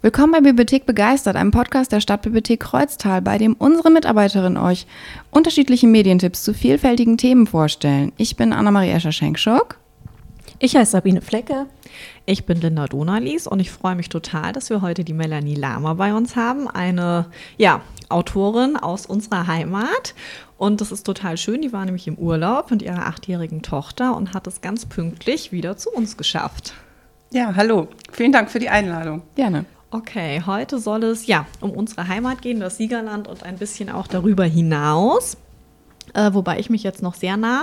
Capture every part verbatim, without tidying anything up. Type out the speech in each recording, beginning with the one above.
Willkommen bei Bibliothek begeistert, einem Podcast der Stadtbibliothek Kreuztal, bei dem unsere Mitarbeiterinnen euch unterschiedliche Medientipps zu vielfältigen Themen vorstellen. Ich bin Anna-Marie Escher-Schenkschuk. Ich heiße Sabine Flecke. Ich bin Linda Donalies und ich freue mich total, dass wir heute die Melanie Lahmer bei uns haben, eine ja, Autorin aus unserer Heimat. Und das ist total schön, die war nämlich im Urlaub mit ihrer achtjährigen Tochter und hat es ganz pünktlich wieder zu uns geschafft. Ja, hallo. Vielen Dank für die Einladung. Gerne. Okay, heute soll es ja um unsere Heimat gehen, das Siegerland und ein bisschen auch darüber hinaus. Äh, wobei ich mich jetzt noch sehr nah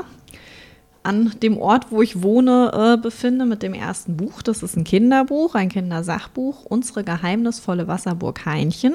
an dem Ort, wo ich wohne, äh, befinde mit dem ersten Buch. Das ist ein Kinderbuch, ein Kindersachbuch, Unsere geheimnisvolle Wasserburg Hainchen.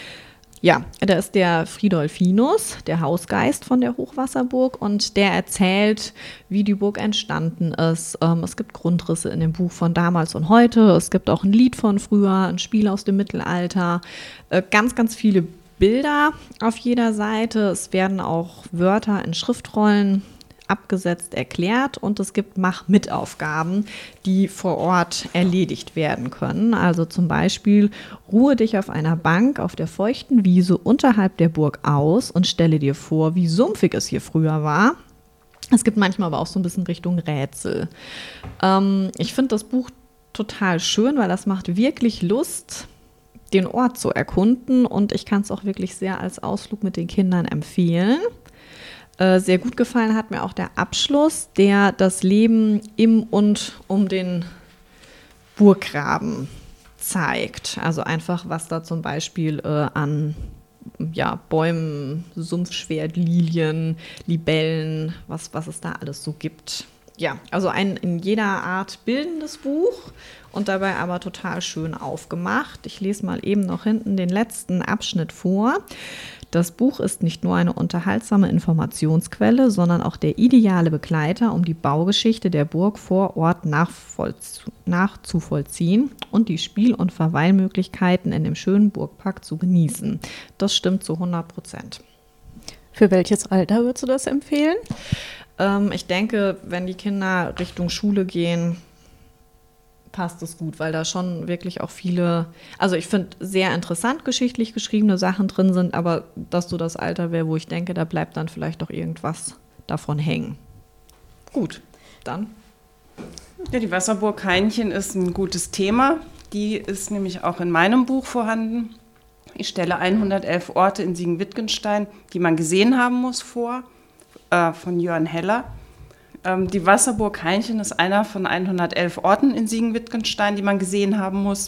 Ja, da ist der Fridolfinus, der Hausgeist von der Hochwasserburg, und der erzählt, wie die Burg entstanden ist. Ähm, es gibt Grundrisse in dem Buch von damals und heute. Es gibt auch ein Lied von früher, ein Spiel aus dem Mittelalter. Äh, ganz, ganz viele Bilder auf jeder Seite. Es werden auch Wörter in Schriftrollen abgesetzt erklärt und es gibt Mach-mit-Aufgaben, die vor Ort erledigt werden können. Also zum Beispiel: Ruhe dich auf einer Bank auf der feuchten Wiese unterhalb der Burg aus und stelle dir vor, wie sumpfig es hier früher war. Es gibt manchmal aber auch so ein bisschen Richtung Rätsel. Ähm, ich finde das Buch total schön, weil das macht wirklich Lust, den Ort zu erkunden, und ich kann es auch wirklich sehr als Ausflug mit den Kindern empfehlen. Sehr gut gefallen hat mir auch der Abschluss, der das Leben im und um den Burggraben zeigt. Also einfach, was da zum Beispiel äh, an ja, Bäumen, Sumpfschwert, Lilien, Libellen, was, was es da alles so gibt. Ja, also ein in jeder Art bildendes Buch und dabei aber total schön aufgemacht. Ich lese mal eben noch hinten den letzten Abschnitt vor. Das Buch ist nicht nur eine unterhaltsame Informationsquelle, sondern auch der ideale Begleiter, um die Baugeschichte der Burg vor Ort nachzuvollziehen und die Spiel- und Verweilmöglichkeiten in dem schönen Burgpark zu genießen. Das stimmt zu hundert Prozent. Für welches Alter würdest du das empfehlen? Ähm, ich denke, wenn die Kinder Richtung Schule gehen, passt es gut, weil da schon wirklich auch viele, also ich finde, sehr interessant geschichtlich geschriebene Sachen drin sind, aber dass so das Alter wäre, wo ich denke, da bleibt dann vielleicht doch irgendwas davon hängen. Gut, dann. Ja, die Wasserburg Hainchen ist ein gutes Thema. Die ist nämlich auch in meinem Buch vorhanden. Ich stelle hundertelf Orte in Siegen-Wittgenstein, die man gesehen haben muss, vor, äh, von Jörn Heller. Die Wasserburg Hainchen ist einer von hundertelf Orten in Siegen-Wittgenstein, die man gesehen haben muss.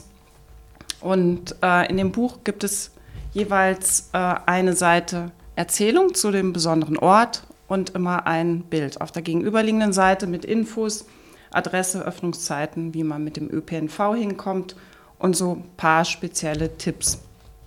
Und äh, in dem Buch gibt es jeweils äh, eine Seite Erzählung zu dem besonderen Ort und immer ein Bild auf der gegenüberliegenden Seite mit Infos, Adresse, Öffnungszeiten, wie man mit dem Ö P N V hinkommt und so ein paar spezielle Tipps.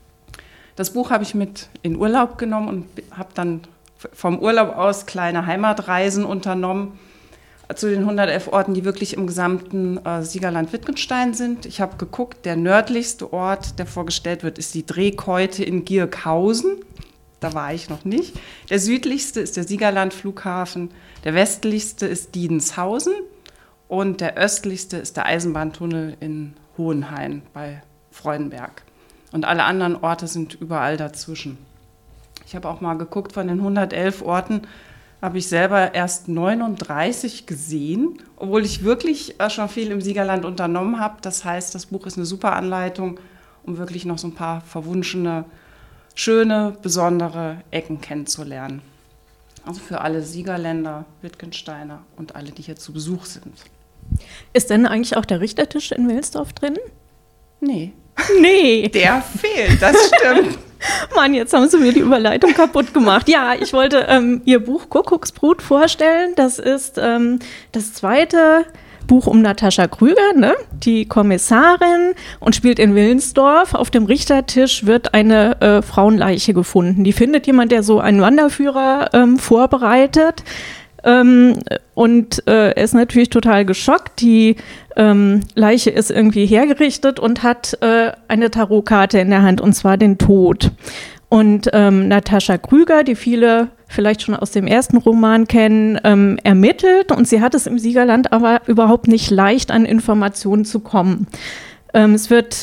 Das Buch habe ich mit in Urlaub genommen und habe dann vom Urlaub aus kleine Heimatreisen unternommen zu den hundertelf Orten, die wirklich im gesamten äh, Siegerland Wittgenstein sind. Ich habe geguckt, der nördlichste Ort, der vorgestellt wird, ist die Drehkeute in Gierkhausen. Da war ich noch nicht. Der südlichste ist der Siegerland-Flughafen. Der westlichste ist Diedenshausen. Und der östlichste ist der Eisenbahntunnel in Hohenhain bei Freudenberg. Und alle anderen Orte sind überall dazwischen. Ich habe auch mal geguckt, von den hundertelf Orten habe ich selber erst neununddreißig gesehen, obwohl ich wirklich schon viel im Siegerland unternommen habe. Das heißt, das Buch ist eine super Anleitung, um wirklich noch so ein paar verwunschene, schöne, besondere Ecken kennenzulernen. Also für alle Siegerländer, Wittgensteiner und alle, die hier zu Besuch sind. Ist denn eigentlich auch der Richtertisch in Wilsdorf drin? Nee. Nee. Der fehlt, das stimmt. Mann, jetzt haben sie mir die Überleitung kaputt gemacht. Ja, ich wollte ähm, Ihr Buch Kuckucksbrut vorstellen. Das ist ähm, das zweite Buch um Natascha Krüger, ne? Die Kommissarin, und spielt in Wilnsdorf. Auf dem Richtertisch wird eine äh, Frauenleiche gefunden. Die findet jemand, der so einen Wanderführer ähm, vorbereitet. Ähm, und äh, er ist natürlich total geschockt. Die ähm, Leiche ist irgendwie hergerichtet und hat äh, eine Tarotkarte in der Hand, und zwar den Tod. Und ähm, Natascha Krüger, die viele vielleicht schon aus dem ersten Roman kennen, ähm, ermittelt, und sie hat es im Siegerland aber überhaupt nicht leicht, an Informationen zu kommen. Ähm, es wird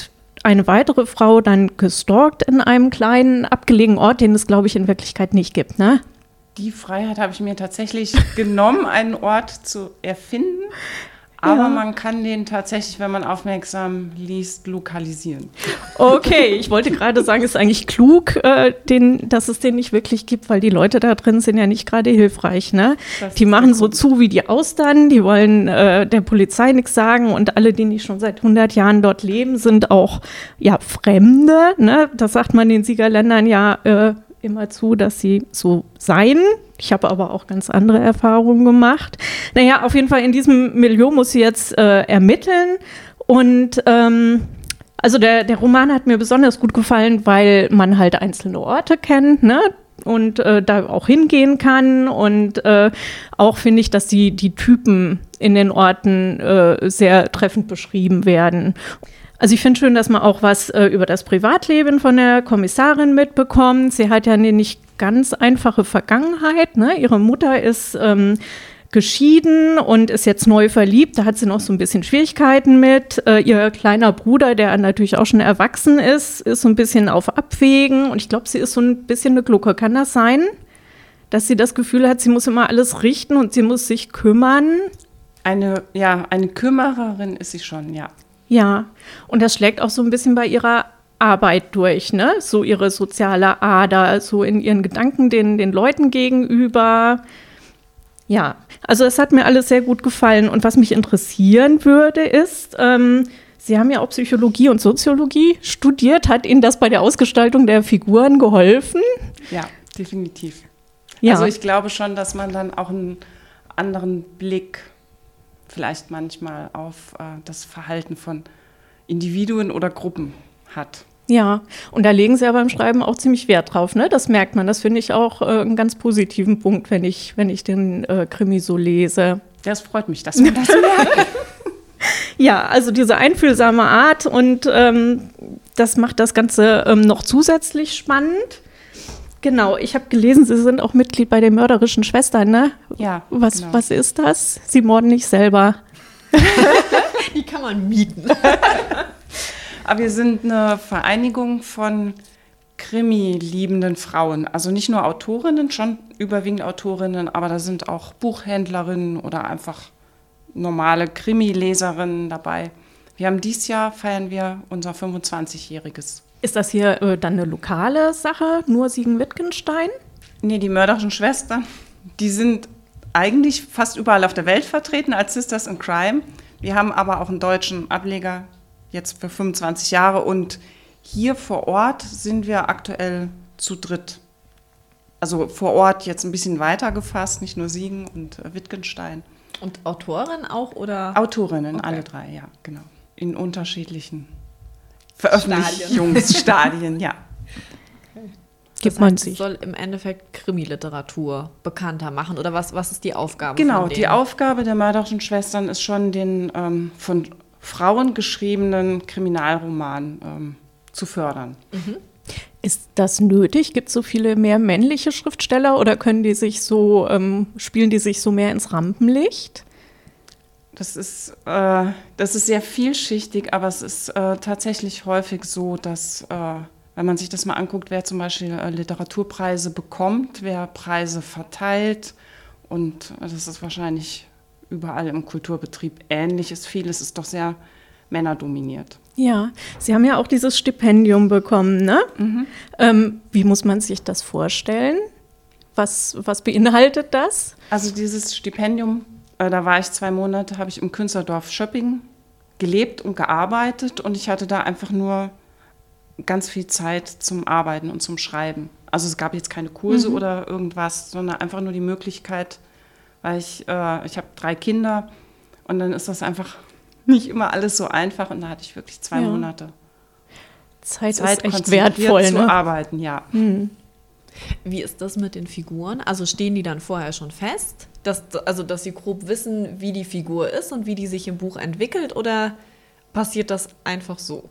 eine weitere Frau dann gestalkt in einem kleinen, abgelegenen Ort, den es, glaube ich, in Wirklichkeit nicht gibt, ne? Die Freiheit habe ich mir tatsächlich genommen, einen Ort zu erfinden. Aber ja. man kann den tatsächlich, wenn man aufmerksam liest, lokalisieren. Okay, ich wollte gerade sagen, es ist eigentlich klug, äh, den, dass es den nicht wirklich gibt, weil die Leute da drin sind ja nicht gerade hilfreich. Ne? Die machen so zu wie die Austern, die wollen äh, der Polizei nichts sagen und alle, die nicht schon seit hundert Jahren dort leben, sind auch ja, Fremde. Ne? Das sagt man den Siegerländern ja äh, immer zu, dass sie so seien. Ich habe aber auch ganz andere Erfahrungen gemacht. Naja, auf jeden Fall in diesem Milieu muss sie jetzt äh, ermitteln. Und ähm, also der, der Roman hat mir besonders gut gefallen, weil man halt einzelne Orte kennt, ne? Und äh, da auch hingehen kann. Und äh, auch finde ich, dass die, die Typen in den Orten äh, sehr treffend beschrieben werden. Also ich finde schön, dass man auch was äh, über das Privatleben von der Kommissarin mitbekommt. Sie hat ja eine nicht ganz einfache Vergangenheit. Ne? Ihre Mutter ist ähm, geschieden und ist jetzt neu verliebt. Da hat sie noch so ein bisschen Schwierigkeiten mit. Äh, ihr kleiner Bruder, der natürlich auch schon erwachsen ist, ist so ein bisschen auf Abwägen. Und ich glaube, sie ist so ein bisschen eine Glucke. Kann das sein, dass sie das Gefühl hat, sie muss immer alles richten und sie muss sich kümmern? Eine, ja, eine Kümmererin ist sie schon, ja. Ja, und das schlägt auch so ein bisschen bei ihrer Arbeit durch, ne? So ihre soziale Ader, so in ihren Gedanken den, den Leuten gegenüber. Ja, also es hat mir alles sehr gut gefallen. Und was mich interessieren würde, ist, ähm, Sie haben ja auch Psychologie und Soziologie studiert. Hat Ihnen das bei der Ausgestaltung der Figuren geholfen? Ja, definitiv. Ja. Also ich glaube schon, dass man dann auch einen anderen Blick vielleicht manchmal auf äh, das Verhalten von Individuen oder Gruppen hat. Ja, und da legen Sie ja beim Schreiben auch ziemlich Wert drauf, ne? Das merkt man. Das finde ich auch äh, einen ganz positiven Punkt, wenn ich, wenn ich den äh, Krimi so lese. Das freut mich, dass man das merkt. Ja, also diese einfühlsame Art und ähm, das macht das Ganze ähm, noch zusätzlich spannend. Genau, ich habe gelesen, Sie sind auch Mitglied bei den mörderischen Schwestern, ne? Ja, Was, genau. was ist das? Sie morden nicht selber. Die kann man mieten. Aber wir sind eine Vereinigung von Krimi-liebenden Frauen. Also nicht nur Autorinnen, schon überwiegend Autorinnen, aber da sind auch Buchhändlerinnen oder einfach normale Krimi-Leserinnen dabei. Wir haben dieses Jahr, feiern wir unser fünfundzwanzigjähriges. Ist das hier äh, dann eine lokale Sache, nur Siegen-Wittgenstein? Nee, die mörderischen Schwestern, die sind eigentlich fast überall auf der Welt vertreten als Sisters in Crime. Wir haben aber auch einen deutschen Ableger jetzt für fünfundzwanzig Jahre und hier vor Ort sind wir aktuell zu dritt. Also vor Ort jetzt ein bisschen weiter gefasst, nicht nur Siegen und äh, Wittgenstein. Und Autorin auch oder? Autorinnen, Okay. alle drei, ja, genau. In unterschiedlichen Veröffentlichungsstadien, ja. Gibt Das man heißt, sich. es soll im Endeffekt Krimiliteratur bekannter machen oder was, was ist die Aufgabe Genau, von denen? die Aufgabe der mörderischen Schwestern ist schon, den ähm, von Frauen geschriebenen Kriminalroman ähm, zu fördern. Ist das nötig? Gibt es so viele mehr männliche Schriftsteller oder können die sich so, ähm, spielen die sich so mehr ins Rampenlicht? Das ist, äh, das ist sehr vielschichtig, aber es ist äh, tatsächlich häufig so, dass, äh, wenn man sich das mal anguckt, wer zum Beispiel äh, Literaturpreise bekommt, wer Preise verteilt, und das ist wahrscheinlich überall im Kulturbetrieb ähnlich ist, vieles ist doch sehr männerdominiert. Ja, Sie haben ja auch dieses Stipendium bekommen, ne? Mhm. Ähm, wie muss man sich das vorstellen? Was, was beinhaltet das? Also dieses Stipendium, äh, da war ich zwei Monate, habe ich im Künstlerdorf Schöppingen gelebt und gearbeitet und ich hatte da einfach nur ganz viel Zeit zum Arbeiten und zum Schreiben. Also es gab jetzt keine Kurse Mhm. oder irgendwas, sondern einfach nur die Möglichkeit, weil ich, äh, ich habe drei Kinder und dann ist das einfach nicht immer alles so einfach und da hatte ich wirklich zwei Ja. Monate Zeit, Zeit, ist echt konzentriert wertvoll, zu ne? arbeiten, ja. Hm. Wie ist das mit den Figuren? Also stehen die dann vorher schon fest? Dass, also, dass sie grob wissen, wie die Figur ist und wie die sich im Buch entwickelt? Oder passiert das einfach so?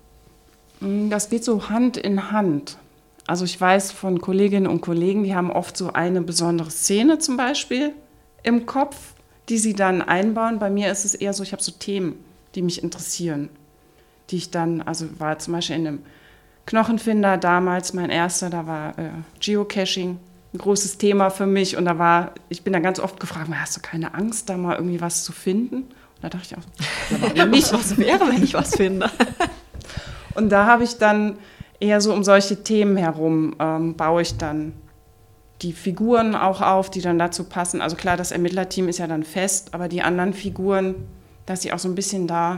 Das geht so Hand in Hand. Also ich weiß von Kolleginnen und Kollegen, die haben oft so eine besondere Szene zum Beispiel im Kopf, die sie dann einbauen. Bei mir ist es eher so, ich habe so Themen, die mich interessieren. die ich dann, also war zum Beispiel in einem Knochenfinder damals mein erster, da war äh, Geocaching ein großes Thema für mich und da war, ich bin dann ganz oft gefragt, hast du keine Angst, da mal irgendwie was zu finden? Und da dachte ich auch, ja, nicht, was wäre, wenn ich was finde. Und da habe ich dann eher so um solche Themen herum, ähm, baue ich dann die Figuren auch auf, die dann dazu passen. Also klar, das Ermittlerteam ist ja dann fest, aber die anderen Figuren, dass sie auch so ein bisschen da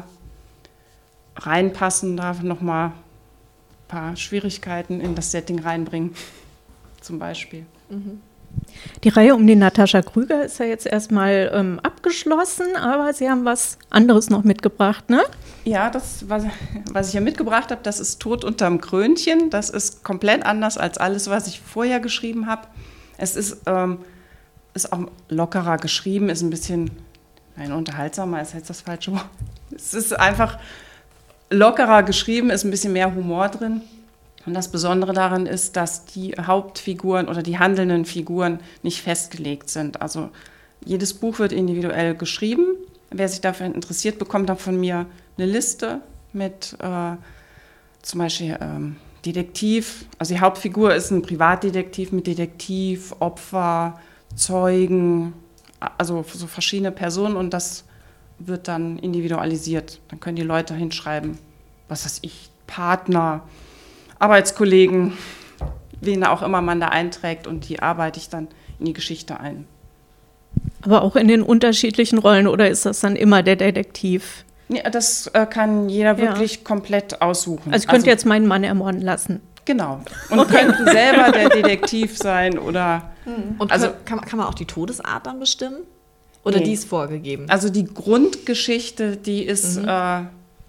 reinpassen, da nochmal ein paar Schwierigkeiten in das Setting reinbringen, zum Beispiel. Mhm. Die Reihe um die Natascha Krüger ist ja jetzt erstmal ähm, abgeschlossen, aber Sie haben was anderes noch mitgebracht, ne? Ja, das, was, was ich hier mitgebracht habe, das ist Tod unterm Krönchen. Das ist komplett anders als alles, was ich vorher geschrieben habe. Es ist, ähm, ist auch lockerer geschrieben, ist ein bisschen, nein, unterhaltsamer ist jetzt das falsche Wort. Es ist einfach lockerer geschrieben, ist ein bisschen mehr Humor drin. Und das Besondere daran ist, dass die Hauptfiguren oder die handelnden Figuren nicht festgelegt sind. Also jedes Buch wird individuell geschrieben. Wer sich dafür interessiert, bekommt dann von mir eine Liste mit äh, zum Beispiel ähm, Detektiv. Also die Hauptfigur ist ein Privatdetektiv mit Detektiv, Opfer, Zeugen, also so verschiedene Personen und das wird dann individualisiert. Dann können die Leute hinschreiben, was weiß ich, Partner, Arbeitskollegen, wen auch immer man da einträgt und die arbeite ich dann in die Geschichte ein. Aber auch in den unterschiedlichen Rollen oder ist das dann immer der Detektiv? Ja, das äh, kann jeder wirklich ja. komplett aussuchen. Also ich könnte also, jetzt meinen Mann ermorden lassen. Genau. Und okay. könnten selber der Detektiv sein oder... Und also, kann, kann man auch die Todesart dann bestimmen? Oder nee. Die ist vorgegeben? Also die Grundgeschichte, die ist... Mhm. Äh,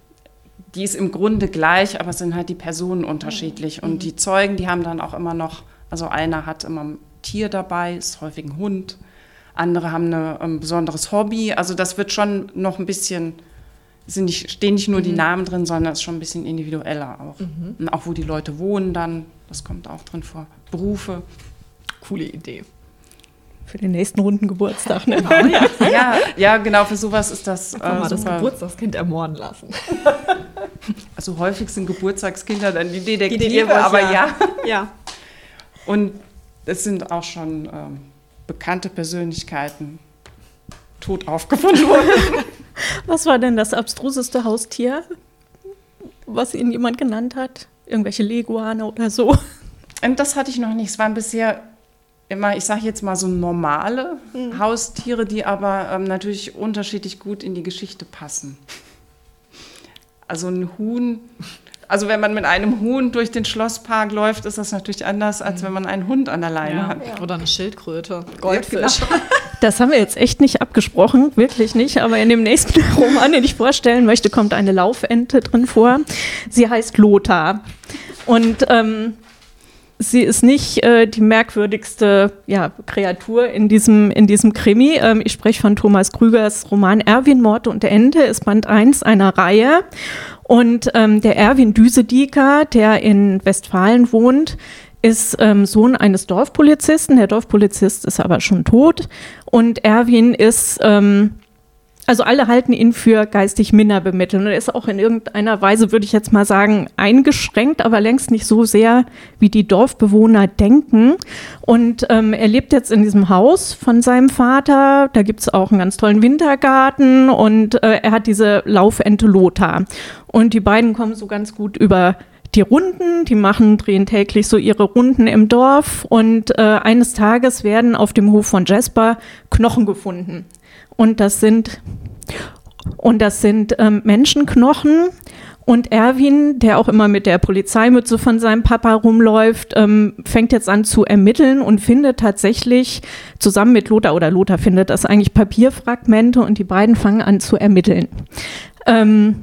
Die ist im Grunde gleich, aber es sind halt die Personen unterschiedlich. Und mhm. die Zeugen, die haben dann auch immer noch, also einer hat immer ein Tier dabei, ist häufig ein Hund. Andere haben eine, ein besonderes Hobby. Also das wird schon noch ein bisschen, sind nicht, stehen nicht nur mhm. die Namen drin, sondern es ist schon ein bisschen individueller auch. Mhm. Und auch wo die Leute wohnen dann, das kommt auch drin vor. Berufe. Coole Idee. Für den nächsten runden Geburtstag, ne? Genau, ja. ja, ja, genau, für sowas ist das äh, mal das Geburtstagskind ermorden lassen. Also häufig sind Geburtstagskinder dann die Detektive, die Detektive aber ja. ja. ja. Und es sind auch schon ähm, bekannte Persönlichkeiten tot aufgefunden worden. Was war denn das abstruseste Haustier, was Ihnen jemand genannt hat? Irgendwelche Leguane oder so? Und das hatte ich noch nicht. Es waren bisher immer, ich sage jetzt mal so normale mhm. Haustiere, die aber ähm, natürlich unterschiedlich gut in die Geschichte passen. Also ein Huhn, also wenn man mit einem Huhn durch den Schlosspark läuft, ist das natürlich anders, als wenn man einen Hund an der Leine ja. hat. Ja. Oder eine Schildkröte, Goldfisch. Ja, das haben wir jetzt echt nicht abgesprochen, wirklich nicht, aber in dem nächsten Roman, den ich vorstellen möchte, kommt eine Laufente drin vor. Sie heißt Lothar und ähm, sie ist nicht äh, die merkwürdigste ja, Kreatur in diesem, in diesem Krimi. Ähm, ich spreche von Thomas Krügers Roman Erwin, Mord und Ende, ist Band eins einer Reihe. Und ähm, der Erwin Düsedieker, der in Westfalen wohnt, ist ähm, Sohn eines Dorfpolizisten. Der Dorfpolizist ist aber schon tot. Und Erwin ist... Ähm, Also alle halten ihn für geistig minder bemittelt. Und er ist auch in irgendeiner Weise, würde ich jetzt mal sagen, eingeschränkt, aber längst nicht so sehr, wie die Dorfbewohner denken. Und ähm, er lebt jetzt in diesem Haus von seinem Vater. Da gibt es auch einen ganz tollen Wintergarten und äh, er hat diese Laufente Lothar. Und die beiden kommen so ganz gut über die Runden, die machen, drehen täglich so ihre Runden im Dorf. Und äh, eines Tages werden auf dem Hof von Jasper Knochen gefunden. Und das sind, und das sind ähm, Menschenknochen. Und Erwin, der auch immer mit der Polizeimütze von seinem Papa rumläuft, ähm, fängt jetzt an zu ermitteln und findet tatsächlich zusammen mit Lothar, oder Lothar findet das eigentlich Papierfragmente und die beiden fangen an zu ermitteln. Ähm,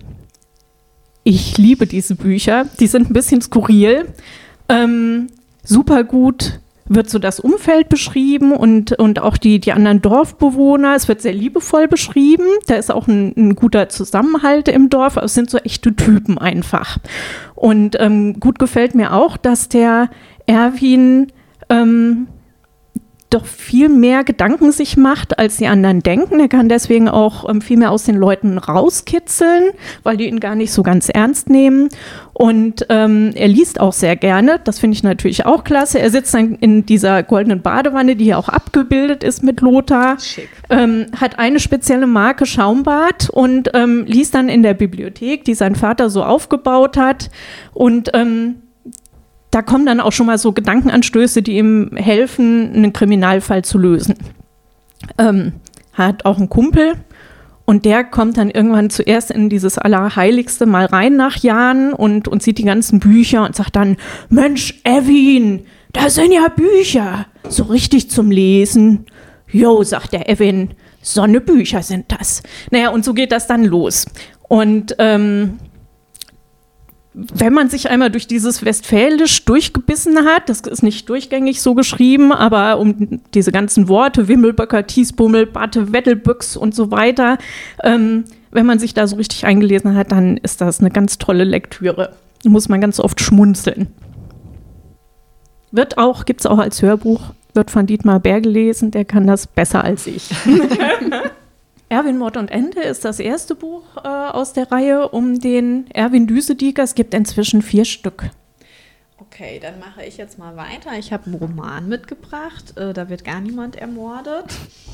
ich liebe diese Bücher. Die sind ein bisschen skurril. Ähm, super gut wird so das Umfeld beschrieben und, und auch die, die anderen Dorfbewohner. Es wird sehr liebevoll beschrieben. Da ist auch ein, ein guter Zusammenhalt im Dorf. Aber es sind so echte Typen einfach. Und ähm, gut gefällt mir auch, dass der Erwin ähm, doch viel mehr Gedanken sich macht, als die anderen denken. Er kann deswegen auch ähm, viel mehr aus den Leuten rauskitzeln, weil die ihn gar nicht so ganz ernst nehmen. Und ähm, er liest auch sehr gerne. Das finde ich natürlich auch klasse. Er sitzt dann in dieser goldenen Badewanne, die hier auch abgebildet ist mit Lothar. Schick. Ähm, hat eine spezielle Marke Schaumbad und ähm, liest dann in der Bibliothek, die sein Vater so aufgebaut hat. Und ähm, da kommen dann auch schon mal so Gedankenanstöße, die ihm helfen, einen Kriminalfall zu lösen. Ähm, hat auch einen Kumpel und der kommt dann irgendwann zuerst in dieses Allerheiligste mal rein nach Jahren und, und sieht die ganzen Bücher und sagt dann, Mensch, Erwin, da sind ja Bücher, so richtig zum Lesen. Jo, sagt der Erwin, so eine Bücher sind das. Naja, und so geht das dann los. Und ähm, wenn man sich einmal durch dieses Westfälisch durchgebissen hat, das ist nicht durchgängig so geschrieben, aber um diese ganzen Worte, Wimmelböcker, Tiesbummel, Batte, Wettelbüchs und so weiter, ähm, wenn man sich da so richtig eingelesen hat, dann ist das eine ganz tolle Lektüre. Da muss man ganz oft schmunzeln. Wird auch, gibt es auch als Hörbuch, wird von Dietmar Bär gelesen, der kann das besser als ich. Erwin Mord und Ende ist das erste Buch äh, aus der Reihe um den Erwin Düsedieker. Es gibt inzwischen vier Stück. Okay, dann mache ich jetzt mal weiter. Ich habe einen Roman mitgebracht. Äh, da wird gar niemand ermordet.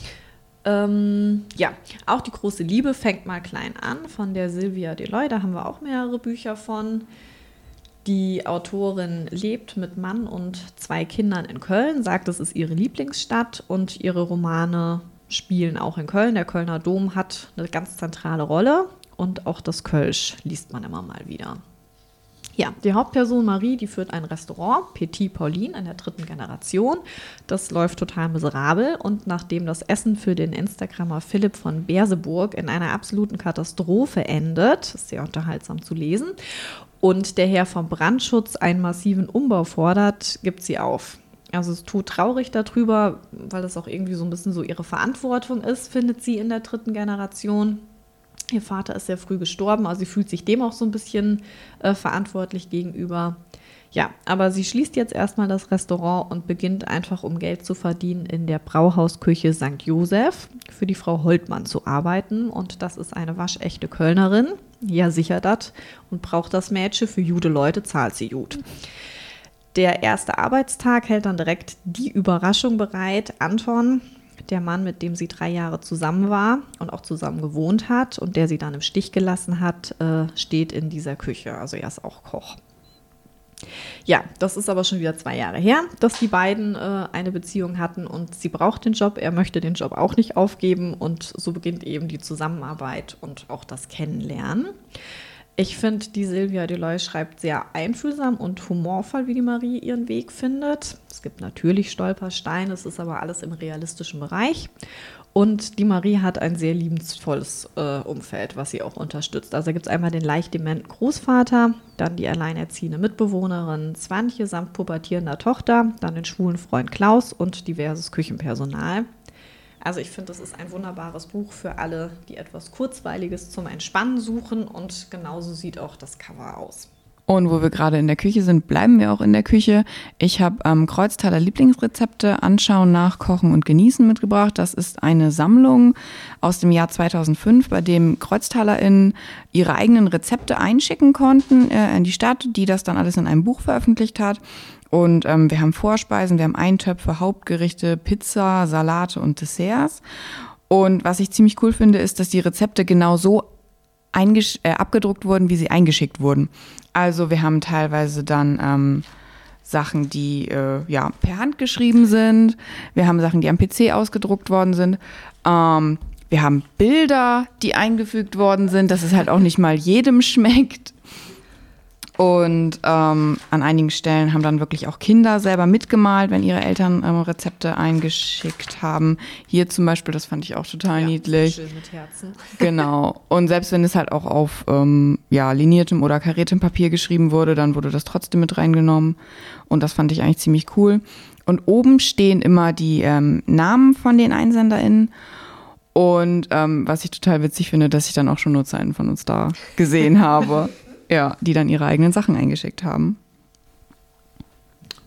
Ähm, ja, auch Die große Liebe fängt mal klein an von der Sylvia Deloy. Da haben wir auch mehrere Bücher von. Die Autorin lebt mit Mann und zwei Kindern in Köln, sagt, es ist ihre Lieblingsstadt und ihre Romane spielen auch in Köln. Der Kölner Dom hat eine ganz zentrale Rolle und auch das Kölsch liest man immer mal wieder. Ja, die Hauptperson Marie, die führt ein Restaurant, Petit Pauline, in der dritten Generation. Das läuft total miserabel und nachdem das Essen für den Instagrammer Philipp von Berseburg in einer absoluten Katastrophe endet, ist sehr unterhaltsam zu lesen, und der Herr vom Brandschutz einen massiven Umbau fordert, gibt sie auf. Also es tut traurig darüber, weil das auch irgendwie so ein bisschen so ihre Verantwortung ist, findet sie in der dritten Generation. Ihr Vater ist sehr früh gestorben, also sie fühlt sich dem auch so ein bisschen äh, verantwortlich gegenüber. Ja, aber sie schließt jetzt erstmal das Restaurant und beginnt einfach, um Geld zu verdienen, in der Brauhausküche Sankt Josef für die Frau Holtmann zu arbeiten. Und das ist eine waschechte Kölnerin, ja sicher dat, und braucht das Mädchen für jude Leute, zahlt sie gut. Der erste Arbeitstag hält dann direkt die Überraschung bereit. Anton, der Mann, mit dem sie drei Jahre zusammen war und auch zusammen gewohnt hat und der sie dann im Stich gelassen hat, äh, steht in dieser Küche. Also er ist auch Koch. Ja, das ist aber schon wieder zwei Jahre her, dass die beiden äh, eine Beziehung hatten und sie braucht den Job, er möchte den Job auch nicht aufgeben und so beginnt eben die Zusammenarbeit und auch das Kennenlernen. Ich finde, die Sylvia Deloy schreibt sehr einfühlsam und humorvoll, wie die Marie ihren Weg findet. Es gibt natürlich Stolpersteine, es ist aber alles im realistischen Bereich. Und die Marie hat ein sehr liebensvolles äh, Umfeld, was sie auch unterstützt. Also da gibt es einmal den leicht dementen Großvater, dann die alleinerziehende Mitbewohnerin Swantje samt pubertierender Tochter, dann den schwulen Freund Klaus und diverses Küchenpersonal. Also ich finde, das ist ein wunderbares Buch für alle, die etwas Kurzweiliges zum Entspannen suchen und genauso sieht auch das Cover aus. Und wo wir gerade in der Küche sind, bleiben wir auch in der Küche. Ich habe ähm, Kreuztaler Lieblingsrezepte anschauen, nachkochen und genießen mitgebracht. Das ist eine Sammlung aus dem Jahr zweitausendfünf, bei dem KreuztalerInnen ihre eigenen Rezepte einschicken konnten äh, in die Stadt, die das dann alles in einem Buch veröffentlicht hat. Und ähm, wir haben Vorspeisen, wir haben Eintöpfe, Hauptgerichte, Pizza, Salate und Desserts. Und was ich ziemlich cool finde, ist, dass die Rezepte genau so eingesch- äh, abgedruckt wurden, wie sie eingeschickt wurden. Also wir haben teilweise dann ähm, Sachen, die äh, ja per Hand geschrieben sind. Wir haben Sachen, die am P C ausgedruckt worden sind. Ähm, wir haben Bilder, die eingefügt worden sind, dass es halt auch nicht mal jedem schmeckt. Und ähm, an einigen Stellen haben dann wirklich auch Kinder selber mitgemalt, wenn ihre Eltern ähm, Rezepte eingeschickt haben. Hier zum Beispiel, das fand ich auch total ja, niedlich. Schön mit Herzen. Genau. Und selbst wenn es halt auch auf ähm, ja, liniertem oder kariertem Papier geschrieben wurde, dann wurde das trotzdem mit reingenommen. Und das fand ich eigentlich ziemlich cool. Und oben stehen immer die ähm, Namen von den EinsenderInnen. Und ähm, was ich total witzig finde, dass ich dann auch schon NutzerInnen von uns da gesehen habe. Ja, die dann ihre eigenen Sachen eingeschickt haben.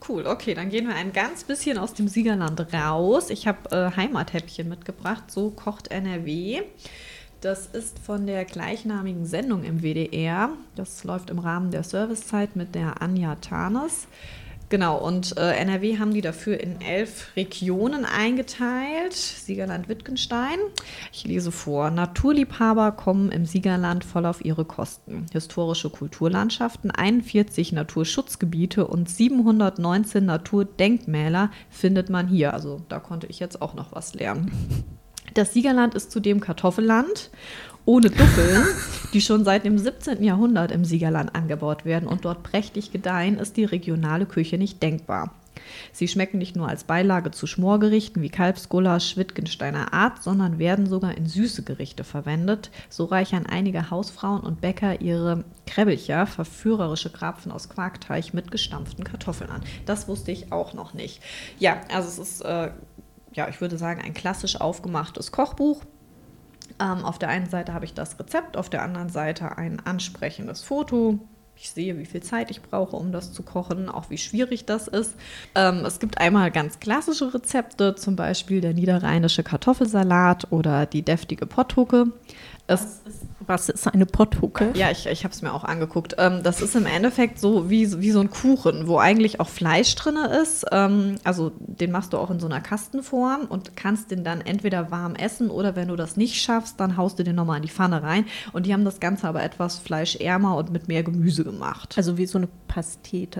Cool, okay, dann gehen wir ein ganz bisschen aus dem Siegerland raus. Ich habe äh, Heimathäppchen mitgebracht, so kocht N R W. Das ist von der gleichnamigen Sendung im W D R. Das läuft im Rahmen der Servicezeit mit der Anja Tarnes. Genau, und äh, N R W haben die dafür in elf Regionen eingeteilt. Siegerland-Wittgenstein. Ich lese vor. Naturliebhaber kommen im Siegerland voll auf ihre Kosten. Historische Kulturlandschaften, einundvierzig Naturschutzgebiete und siebenhundertneunzehn Naturdenkmäler findet man hier. Also da konnte ich jetzt auch noch was lernen. Das Siegerland ist zudem Kartoffelland ohne Duffeln, die schon seit dem siebzehnten Jahrhundert im Siegerland angebaut werden und dort prächtig gedeihen, ist die regionale Küche nicht denkbar. Sie schmecken nicht nur als Beilage zu Schmorgerichten wie Kalbsgulasch Wittgensteiner Art, sondern werden sogar in süße Gerichte verwendet. So reichern einige Hausfrauen und Bäcker ihre Krebbelcher, verführerische Krapfen aus Quarkteig mit gestampften Kartoffeln an. Das wusste ich auch noch nicht. Ja, also es ist, äh, ja, ich würde sagen, ein klassisch aufgemachtes Kochbuch. Ähm, auf der einen Seite habe ich das Rezept, auf der anderen Seite ein ansprechendes Foto. Ich sehe, wie viel Zeit ich brauche, um das zu kochen, auch wie schwierig das ist. Ähm, es gibt einmal ganz klassische Rezepte, zum Beispiel der niederrheinische Kartoffelsalat oder die deftige Potthucke. Es was, ist, was ist eine Potthucke? Ja, ich, ich habe es mir auch angeguckt. Ähm, das ist im Endeffekt so wie, wie so ein Kuchen, wo eigentlich auch Fleisch drin ist. Ähm, also den machst du auch in so einer Kastenform und kannst den dann entweder warm essen oder wenn du das nicht schaffst, dann haust du den nochmal in die Pfanne rein. Und die haben das Ganze aber etwas fleischärmer und mit mehr Gemüse gemacht. Also wie so eine Pastete.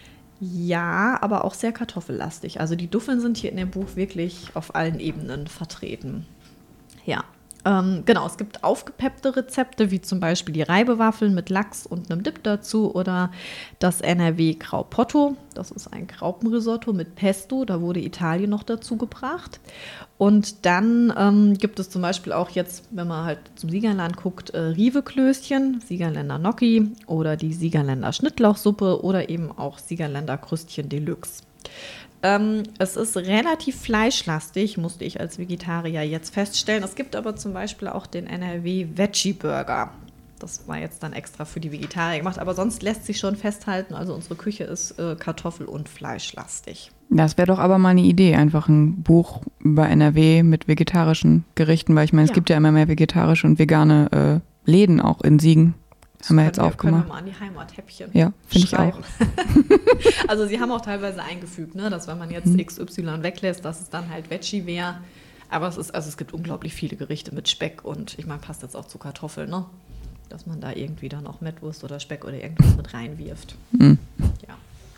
Ja, aber auch sehr kartoffellastig. Also die Duffeln sind hier in dem Buch wirklich auf allen Ebenen vertreten. Ja. Ähm, genau, es gibt aufgepeppte Rezepte, wie zum Beispiel die Reibewaffeln mit Lachs und einem Dip dazu oder das N R W Graupotto. Das ist ein Graupenrisotto mit Pesto, da wurde Italien noch dazu gebracht. Und dann ähm, gibt es zum Beispiel auch jetzt, wenn man halt zum Siegerland guckt, äh, Rieveklößchen, Siegerländer Gnocchi oder die Siegerländer Schnittlauchsuppe oder eben auch Siegerländer Krüstchen Deluxe. Ähm, es ist relativ fleischlastig, musste ich als Vegetarier jetzt feststellen. Es gibt aber zum Beispiel auch den N R W Veggie Burger. Das war jetzt dann extra für die Vegetarier gemacht, aber sonst lässt sich schon festhalten, also unsere Küche ist äh, kartoffel- und fleischlastig. Das wäre doch aber mal eine Idee, einfach ein Buch über N R W mit vegetarischen Gerichten, weil ich meine, es Ja. gibt ja immer mehr vegetarische und vegane äh, Läden auch in Siegen. Haben wir jetzt können aufgemacht. Können wir mal an die Heimathäppchen Ja, finde ich auch. Also sie haben auch teilweise eingefügt, ne, dass wenn man jetzt X Y weglässt, dass es dann halt Veggie wäre. Aber es ist, also es gibt unglaublich viele Gerichte mit Speck und ich meine, passt jetzt auch zu Kartoffeln, ne? Dass man da irgendwie dann noch Mettwurst oder Speck oder irgendwas mit reinwirft. Mhm. Ja.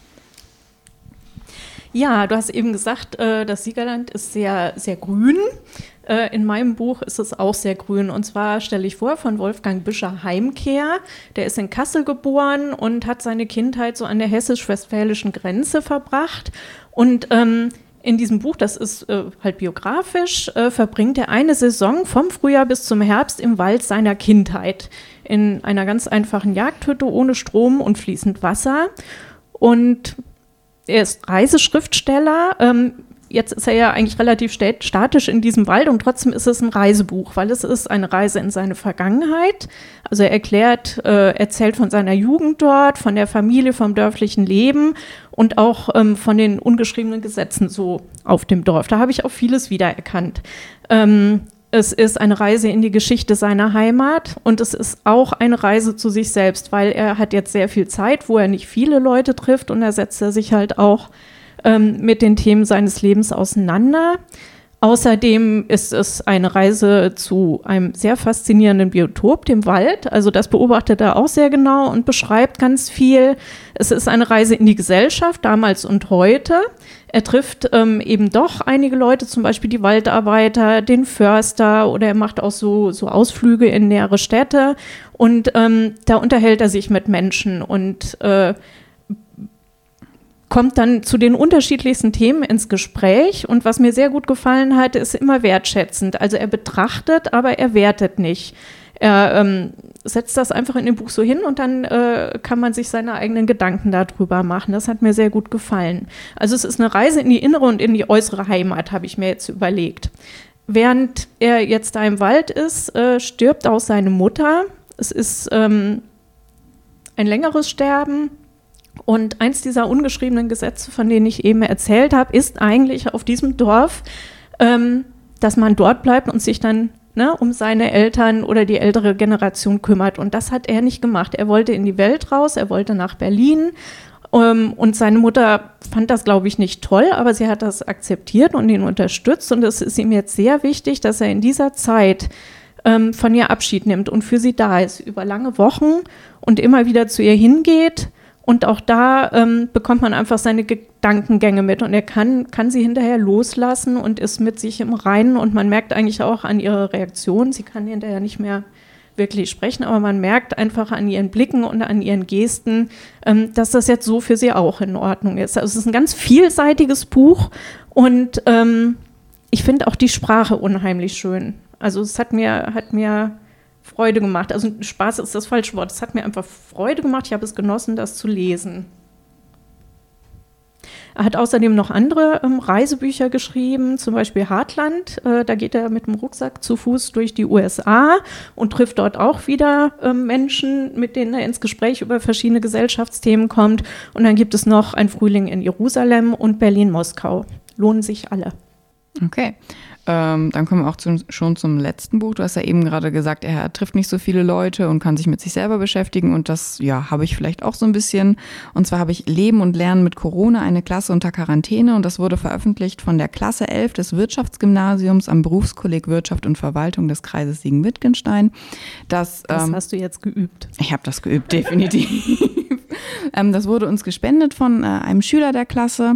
Ja, du hast eben gesagt, äh, das Siegerland ist sehr, sehr grün. Äh, in meinem Buch ist es auch sehr grün. Und zwar stelle ich vor von Wolfgang Büscher Heimkehr. Der ist in Kassel geboren und hat seine Kindheit so an der hessisch-westfälischen Grenze verbracht. Und ähm, in diesem Buch, das ist äh, halt biografisch, äh, verbringt er eine Saison vom Frühjahr bis zum Herbst im Wald seiner Kindheit. In einer ganz einfachen Jagdhütte ohne Strom und fließend Wasser. Und er ist Reiseschriftsteller. Ähm, jetzt ist er ja eigentlich relativ statisch in diesem Wald und trotzdem ist es ein Reisebuch, weil es ist eine Reise in seine Vergangenheit. Also er erklärt, äh, erzählt von seiner Jugend dort, von der Familie, vom dörflichen Leben und auch ähm, von den ungeschriebenen Gesetzen so auf dem Dorf. Da habe ich auch vieles wiedererkannt. Ähm, Es ist eine Reise in die Geschichte seiner Heimat und es ist auch eine Reise zu sich selbst, weil er hat jetzt sehr viel Zeit, wo er nicht viele Leute trifft und da setzt er sich halt auch ähm, mit den Themen seines Lebens auseinander. Außerdem ist es eine Reise zu einem sehr faszinierenden Biotop, dem Wald. Also das beobachtet er auch sehr genau und beschreibt ganz viel. Es ist eine Reise in die Gesellschaft, damals und heute. Er trifft ähm, eben doch einige Leute, zum Beispiel die Waldarbeiter, den Förster oder er macht auch so, so Ausflüge in nähere Städte. Und ähm, da unterhält er sich mit Menschen und äh, kommt dann zu den unterschiedlichsten Themen ins Gespräch. Und was mir sehr gut gefallen hat, ist immer wertschätzend. Also er betrachtet, aber er wertet nicht. Er ähm, setzt das einfach in dem Buch so hin und dann äh, kann man sich seine eigenen Gedanken darüber machen. Das hat mir sehr gut gefallen. Also es ist eine Reise in die innere und in die äußere Heimat, habe ich mir jetzt überlegt. Während er jetzt da im Wald ist, äh, stirbt auch seine Mutter. Es ist ähm, ein längeres Sterben. Und eins dieser ungeschriebenen Gesetze, von denen ich eben erzählt habe, ist eigentlich auf diesem Dorf, ähm, dass man dort bleibt und sich dann ne, um seine Eltern oder die ältere Generation kümmert. Und das hat er nicht gemacht. Er wollte in die Welt raus, er wollte nach Berlin. Um, und seine Mutter fand das, glaube ich, nicht toll, aber sie hat das akzeptiert und ihn unterstützt. Und es ist ihm jetzt sehr wichtig, dass er in dieser Zeit ähm, von ihr Abschied nimmt und für sie da ist, über lange Wochen und immer wieder zu ihr hingeht. Und auch da ähm, bekommt man einfach seine Gedankengänge mit und er kann, kann sie hinterher loslassen und ist mit sich im Reinen und man merkt eigentlich auch an ihrer Reaktion, sie kann hinterher nicht mehr wirklich sprechen, aber man merkt einfach an ihren Blicken und an ihren Gesten, ähm, dass das jetzt so für sie auch in Ordnung ist. Also es ist ein ganz vielseitiges Buch und ähm, ich finde auch die Sprache unheimlich schön. Also es hat mir, hat mir Freude gemacht. Also Spaß ist das falsche Wort. Es hat mir einfach Freude gemacht. Ich habe es genossen, das zu lesen. Er hat außerdem noch andere ähm, Reisebücher geschrieben, zum Beispiel Hartland. Äh, da geht er mit dem Rucksack zu Fuß durch die U S A und trifft dort auch wieder äh, Menschen, mit denen er ins Gespräch über verschiedene Gesellschaftsthemen kommt. Und dann gibt es noch Ein Frühling in Jerusalem und Berlin-Moskau. Lohnen sich alle. Okay. Ähm, dann kommen wir auch zum, schon zum letzten Buch. Du hast ja eben gerade gesagt, er trifft nicht so viele Leute und kann sich mit sich selber beschäftigen. Und das, ja, habe ich vielleicht auch so ein bisschen. Und zwar habe ich Leben und Lernen mit Corona, eine Klasse unter Quarantäne. Und das wurde veröffentlicht von der Klasse elf des Wirtschaftsgymnasiums am Berufskolleg Wirtschaft und Verwaltung des Kreises Siegen-Wittgenstein. Das, das ähm, hast du jetzt geübt. Ich habe das geübt, definitiv. ähm, das wurde uns gespendet von äh, einem Schüler der Klasse.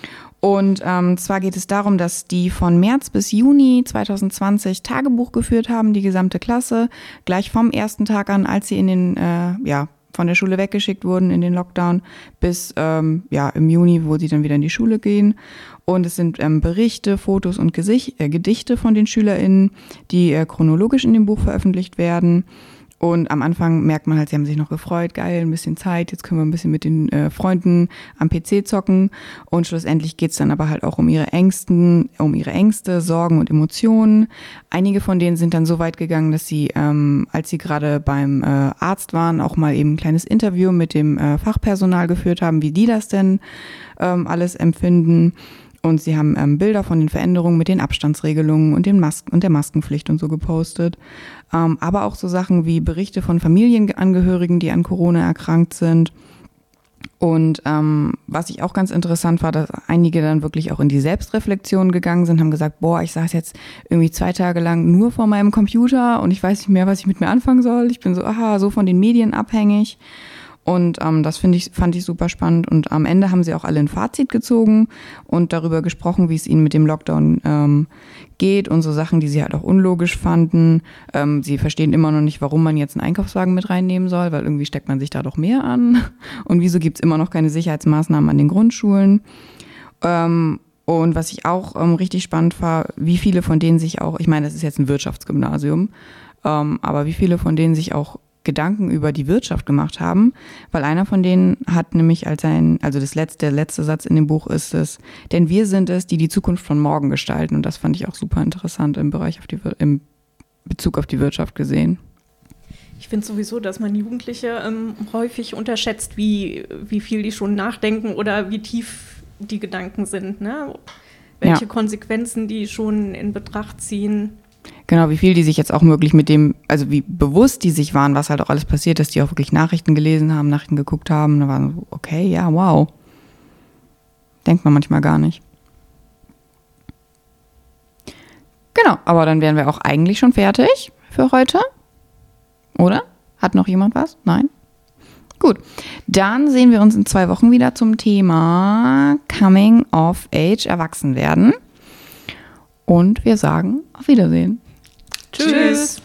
Und ähm, zwar geht es darum, dass die von März bis Juni zwanzig zwanzig Tagebuch geführt haben, die gesamte Klasse, gleich vom ersten Tag an, als sie in den, äh, ja, von der Schule weggeschickt wurden in den Lockdown, bis ähm, ja, im Juni, wo sie dann wieder in die Schule gehen. Und es sind ähm, Berichte, Fotos und Gesicht, äh, Gedichte von den SchülerInnen, die äh, chronologisch in dem Buch veröffentlicht werden. Und am Anfang merkt man halt, sie haben sich noch gefreut, geil, ein bisschen Zeit, jetzt können wir ein bisschen mit den äh, Freunden am P C zocken. Und schlussendlich geht's dann aber halt auch um ihre Ängsten, um ihre Ängste, Sorgen und Emotionen. Einige von denen sind dann so weit gegangen, dass sie, ähm, als sie gerade beim äh, Arzt waren, auch mal eben ein kleines Interview mit dem äh, Fachpersonal geführt haben, wie die das denn ähm, alles empfinden. Und sie haben ähm, Bilder von den Veränderungen mit den Abstandsregelungen und den Masken und der Maskenpflicht und so gepostet. Ähm, aber auch so Sachen wie Berichte von Familienangehörigen, die an Corona erkrankt sind. Und ähm, was ich auch ganz interessant war, dass einige dann wirklich auch in die Selbstreflexion gegangen sind, haben gesagt, boah, ich saß jetzt irgendwie zwei Tage lang nur vor meinem Computer und ich weiß nicht mehr, was ich mit mir anfangen soll. Ich bin so, aha, so von den Medien abhängig. Und ähm, das finde ich, fand ich super spannend. Und am Ende haben sie auch alle ein Fazit gezogen und darüber gesprochen, wie es ihnen mit dem Lockdown ähm, geht und so Sachen, die sie halt auch unlogisch fanden. Ähm, sie verstehen immer noch nicht, warum man jetzt einen Einkaufswagen mit reinnehmen soll, weil irgendwie steckt man sich da doch mehr an. Und wieso gibt es immer noch keine Sicherheitsmaßnahmen an den Grundschulen? Ähm, und was ich auch ähm, richtig spannend war, wie viele von denen sich auch, ich meine, das ist jetzt ein Wirtschaftsgymnasium, ähm, aber wie viele von denen sich auch Gedanken über die Wirtschaft gemacht haben, weil einer von denen hat nämlich als ein, also das letzte, der letzte Satz in dem Buch ist es, denn wir sind es, die die Zukunft von morgen gestalten und das fand ich auch super interessant im Bereich auf die, im Bezug auf die Wirtschaft gesehen. Ich finde sowieso, dass man Jugendliche ähm, häufig unterschätzt, wie, wie viel die schon nachdenken oder wie tief die Gedanken sind, ne? Welche ja. Konsequenzen die schon in Betracht ziehen. Genau, wie viel die sich jetzt auch möglich mit dem, also wie bewusst die sich waren, was halt auch alles passiert, dass die auch wirklich Nachrichten gelesen haben, Nachrichten geguckt haben. Da waren so, okay, ja, wow. Denkt man manchmal gar nicht. Genau, aber dann wären wir auch eigentlich schon fertig für heute. Oder? Hat noch jemand was? Nein? Gut, dann sehen wir uns in zwei Wochen wieder zum Thema Coming of Age, Erwachsenwerden. Und wir sagen auf Wiedersehen. Tschüss.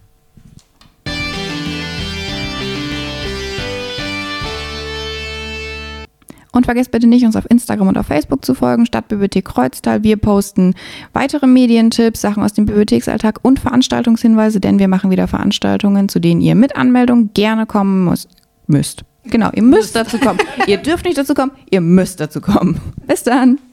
Und vergesst bitte nicht, uns auf Instagram und auf Facebook zu folgen, Stadtbibliothek Kreuztal. Wir posten weitere Medientipps, Sachen aus dem Bibliotheksalltag und Veranstaltungshinweise, denn wir machen wieder Veranstaltungen, zu denen ihr mit Anmeldung gerne kommen muss, müsst. Genau, ihr müsst dazu kommen. Ihr dürft nicht dazu kommen, ihr müsst dazu kommen. Bis dann.